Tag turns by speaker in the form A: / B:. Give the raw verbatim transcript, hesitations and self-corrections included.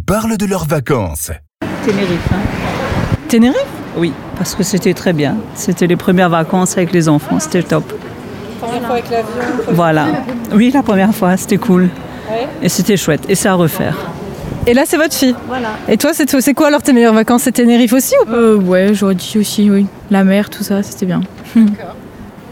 A: parlent de leurs vacances.
B: Tenerife. Hein.
C: Tenerife ?
B: Oui, parce que c'était très bien. C'était les premières vacances avec les enfants, c'était top.
C: Première fois avec l'avion.
B: Voilà. Oui, la première fois, c'était cool.
C: Ouais.
B: Et c'était chouette. Et c'est à refaire.
C: Et là, c'est votre fille.
B: Voilà.
C: Et toi, c'est, c'est quoi alors tes meilleures vacances ? C'est Tenerife aussi ou pas ?
D: Euh, ouais, j'aurais dit aussi, oui. La mer, tout ça, c'était bien.
C: D'accord.